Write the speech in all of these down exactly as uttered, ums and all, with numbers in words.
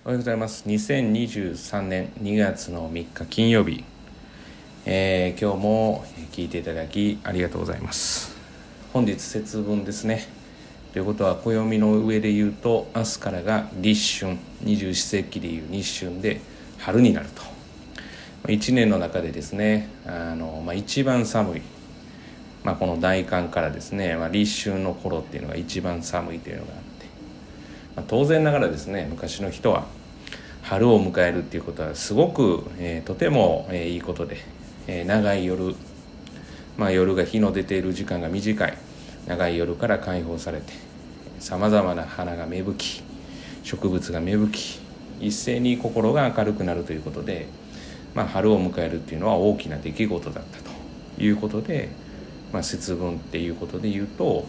おはようございます。にせんにじゅうさんねんにがつのみっか金曜日、えー、今日も聞いていただきありがとうございます。本日節分ですね。ということは暦の上で言うと明日からが立春、二十四節気でいう立春で春になると。いちねんの中でですね、あの、まあ、一番寒い、まあ、この大寒からですね、まあ、立春の頃っていうのが一番寒いというのがあって、まあ、当然ながらですね、昔の人は春を迎えるっていうことはすごく、えー、とても、えー、いいことで、えー、長い夜、まあ、夜が日の出ている時間が短い長い夜から解放されて、さまざまな花が芽吹き、植物が芽吹き、一斉に心が明るくなるということで、まあ、春を迎えるっていうのは大きな出来事だったということで、まあ、節分っていうことで言うと、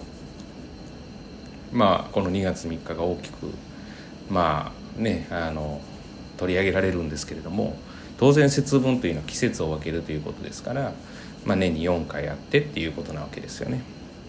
まあ、このにがつみっかが大きくまあねあの取り上げられるんですけれども、当然節分というのは季節を分けるということですから、まあ、年によんかいあってっていうことなわけですよね。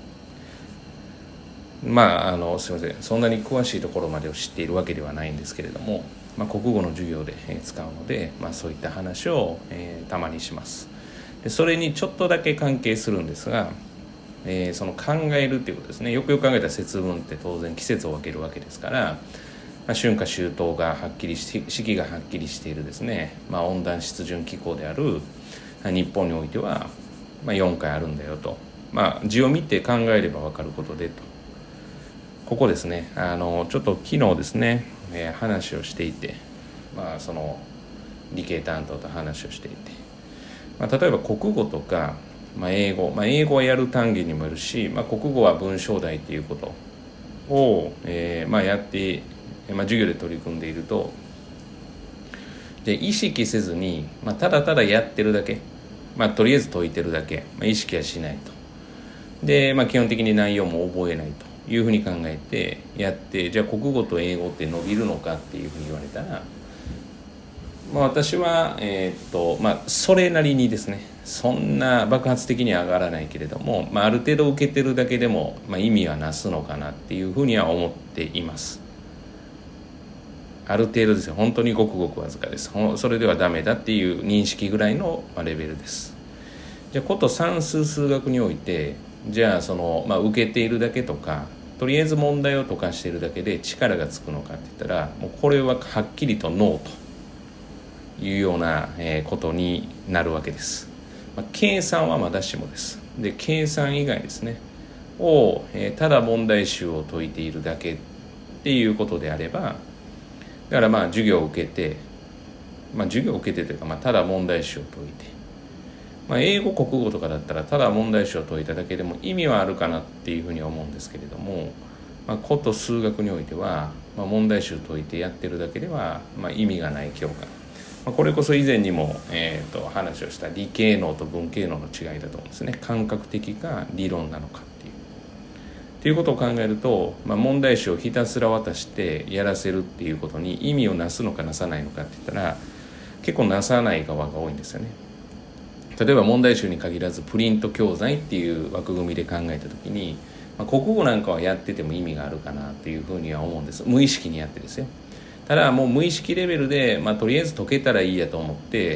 まああのすいません、そんなに詳しいところまでを知っているわけではないんですけれども、まあ、国語の授業で使うので、まあ、そういった話を、えー、たまにします。でそれにちょっとだけ関係するんですが、えー、その考えるっていうことですね。よくよく考えたら節分って当然季節を分けるわけですから、まあ、春夏秋冬がはっきりし四季がはっきりしているですね、まあ、温暖湿潤気候である日本においては、まあ、よんかいあるんだよと、まあ、字を見て考えれば分かることでと。ここですね、あのちょっと昨日ですね、えー、話をしていて、まあ、その理系担当と話をしていて、まあ、例えば国語とか、まあ、英語、まあ、英語はやる単元にもよるし、まあ、国語は文章題っていうことを、えーまあ、やってまあ、授業で取り組んでいると、で意識せずに、まあ、ただただやってるだけ、まあ、とりあえず解いてるだけ、まあ、意識はしないと。で、まあ、基本的に内容も覚えないというふうに考えてやって、じゃあ国語と英語って伸びるのかっていうふうに言われたら、まあ、私は、えーっとまあ、それなりにですね、そんな爆発的には上がらないけれども、まあ、ある程度受けてるだけでも、まあ、意味はなすのかなっていうふうには思っています。ある程度ですよ。本当にごくごくわずかです。それではダメだっていう認識ぐらいのレベルです。じゃあこと算数数学において、じゃあその、まあ、受けているだけとか、とりあえず問題を解かしているだけで力がつくのかって言ったら、もうこれははっきりとノーというようなことになるわけです。まあ、計算はまだしもです。で計算以外ですねを、えー、ただ問題集を解いているだけっていうことであれば、だからまあ授業を受けて、まあ、授業を受けてというか、まあ、ただ問題集を解いて、まあ、英語国語とかだったらただ問題集を解いただけでも意味はあるかなっていうふうに思うんですけれども、まあ、こと数学においては、まあ、問題集解いてやってるだけでは、まあ、意味がない教科、まあ、これこそ以前にも、えー、と話をした理系能と文系能の違いだと思うんですね。感覚的か理論なのかっていうということを考えると、まあ、問題集をひたすら渡してやらせるっていうことに意味をなすのかなさないのかって言ったら、結構なさない側が多いんですよね。例えば問題集に限らずプリント教材っていう枠組みで考えたときに、まあ、国語なんかはやってても意味があるかなっていうふうには思うんです。無意識にやってですよ。ただもう無意識レベルで、まあ、とりあえず解けたらいいやと思って、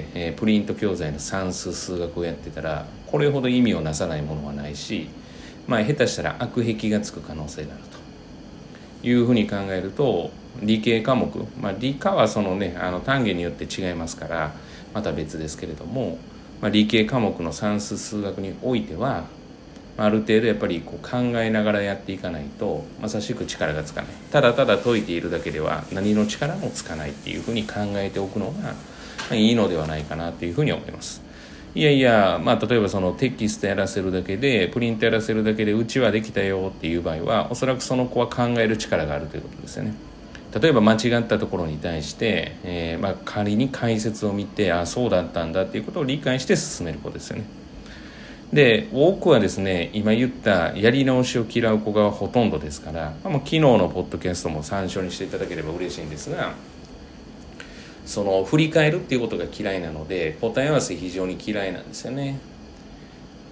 えー、プリント教材の算数数学をやってたら、これほど意味をなさないものはないし、まあ、下手したら悪癖がつく可能性があるというふうに考えると、理系科目、まあ、理科はそのねあの単元によって違いますからまた別ですけれども、まあ、理系科目の算数数学においてはある程度やっぱりこう考えながらやっていかないとまさしく力がつかない。ただただ解いているだけでは何の力もつかないっていうふうに考えておくのがいいのではないかなというふうに思います。いやいや、まあ、例えばそのテキストやらせるだけでプリントやらせるだけでうちはできたよっていう場合は、おそらくその子は考える力があるということですよね。例えば間違ったところに対して、えーまあ、仮に解説を見て、あそうだったんだっていうことを理解して進める子ですよね。で多くはですね、今言ったやり直しを嫌う子がほとんどですから、まあ、もう昨日のポッドキャストも参照にしていただければ嬉しいんですが、その振り返るっていうことが嫌いなので答え合わせ非常に嫌いなんですよね。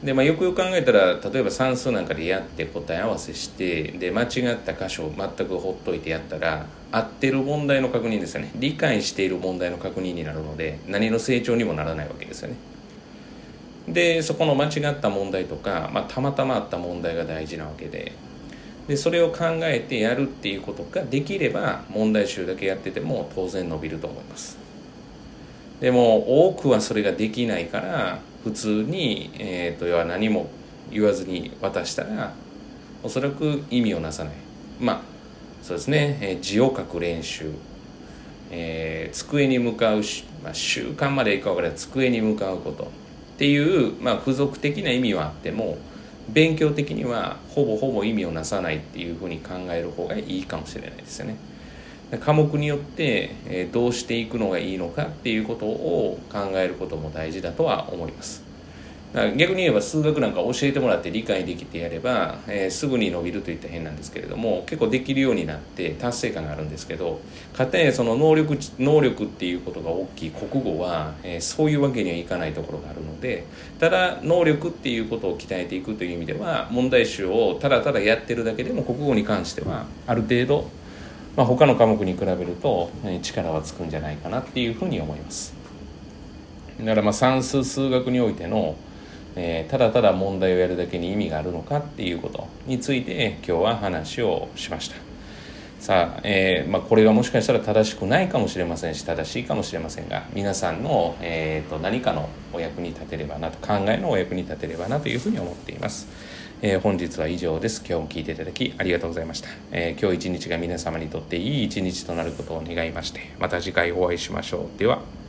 で、まあ、よくよく考えたら例えば算数なんかでやって答え合わせしてで間違った箇所を全くほっといてやったら合ってる問題の確認ですよね。理解している問題の確認になるので何の成長にもならないわけですよね。でそこの間違った問題とか、まあ、たまたまあった問題が大事なわけででそれを考えてやるっていうことができれば問題集だけやってても当然伸びると思います。でも多くはそれができないから普通に、えー、と要は何も言わずに渡したらおそらく意味をなさない。まあそうですね、えー、字を書く練習、えー、机に向かう、まあ、習慣までいくか分からない机に向かうことっていう、まあ、付属的な意味はあっても勉強的にはほぼほぼ意味をなさないっていうふうに考える方がいいかもしれないですよね。科目によってどうしていくのがいいのかっていうことを考えることも大事だとは思います。だから逆に言えば数学なんか教えてもらって理解できてやれば、えー、すぐに伸びるといったら変なんですけれども結構できるようになって達成感があるんですけどかたやその能力能力っていうことが大きい国語は、えー、そういうわけにはいかないところがあるのでただ能力っていうことを鍛えていくという意味では問題集をただただやってるだけでも国語に関してはある程度まあ、他の科目に比べると力はつくんじゃないかなっていうふうに思います。だからまあ算数数学においての、えー、ただただ問題をやるだけに意味があるのかっていうことについて今日は話をしました。さあ、えーまあ、これがもしかしたら正しくないかもしれませんし正しいかもしれませんが皆さんの、えー、と何かのお役に立てればなと考えのお役に立てればなというふうに思っています。えー、本日は以上です。今日も聞いていただきありがとうございました。えー、今日一日が皆様にとっていい一日となることを願いましてまた次回お会いしましょう。では。